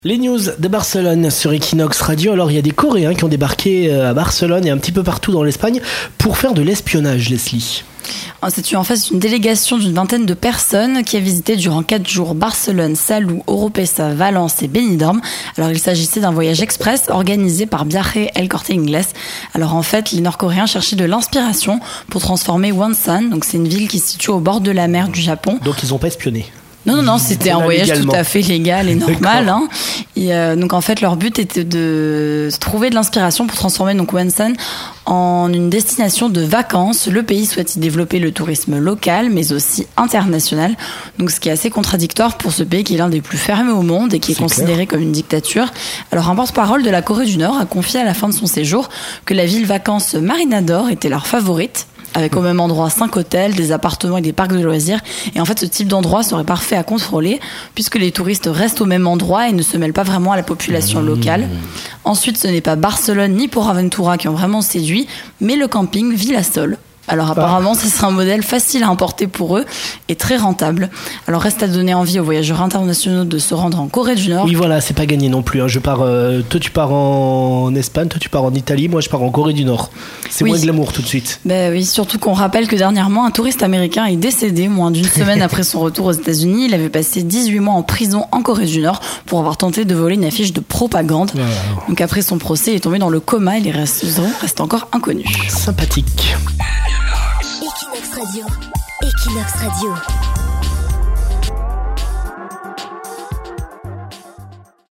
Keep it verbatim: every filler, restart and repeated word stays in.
Les news de Barcelone sur Equinox Radio. Alors il y a des Coréens qui ont débarqué à Barcelone et un petit peu partout dans l'Espagne pour faire de l'espionnage, Leslie. C'est en fait une délégation d'une vingtaine de personnes qui a visité durant quatre jours Barcelone, Salou, Oropesa, Valence et Benidorm. Alors il s'agissait d'un voyage express organisé par Viaje El Corte Inglés. Alors en fait, les Nord-Coréens cherchaient de l'inspiration pour transformer Wonsan, donc c'est une ville qui se situe au bord de la mer du Japon. Donc ils n'ont pas espionné. Non, non, non, c'était un voyage légalement. tout à fait légal et normal. Hein. Et euh, donc en fait, leur but était de trouver de l'inspiration pour transformer donc Wonsan en une destination de vacances. Le pays souhaite y développer le tourisme local, mais aussi international. Donc ce qui est assez contradictoire pour ce pays qui est l'un des plus fermés au monde et qui est, est considéré clair. Comme une dictature. Alors un porte-parole de la Corée du Nord a confié à la fin de son séjour que la ville vacances Marina d'Or était leur favorite, avec au même endroit cinq hôtels, des appartements et des parcs de loisirs. Et en fait, ce type d'endroit serait parfait à contrôler puisque les touristes restent au même endroit et ne se mêlent pas vraiment à la population locale. Ensuite, ce n'est pas Barcelone ni Port Aventura qui ont vraiment séduit, mais le camping Villa Sol. Alors apparemment, ce sera un modèle facile à importer pour eux et très rentable. Alors reste à donner envie aux voyageurs internationaux de se rendre en Corée du Nord. Oui, voilà, c'est pas gagné non plus. Hein. Je pars, euh, toi tu pars en Espagne, toi tu pars en Italie, moi je pars en Corée du Nord. C'est oui. moins glamour tout de suite. Ben oui, surtout qu'on rappelle que dernièrement, un touriste américain est décédé moins d'une semaine après son retour aux États-Unis. Il avait passé dix-huit mois en prison en Corée du Nord pour avoir tenté de voler une affiche de propagande. Voilà. Donc après son procès, il est tombé dans le coma et les raisons restent encore inconnues. Sympathique. Equinox Radio. Equinox Radio.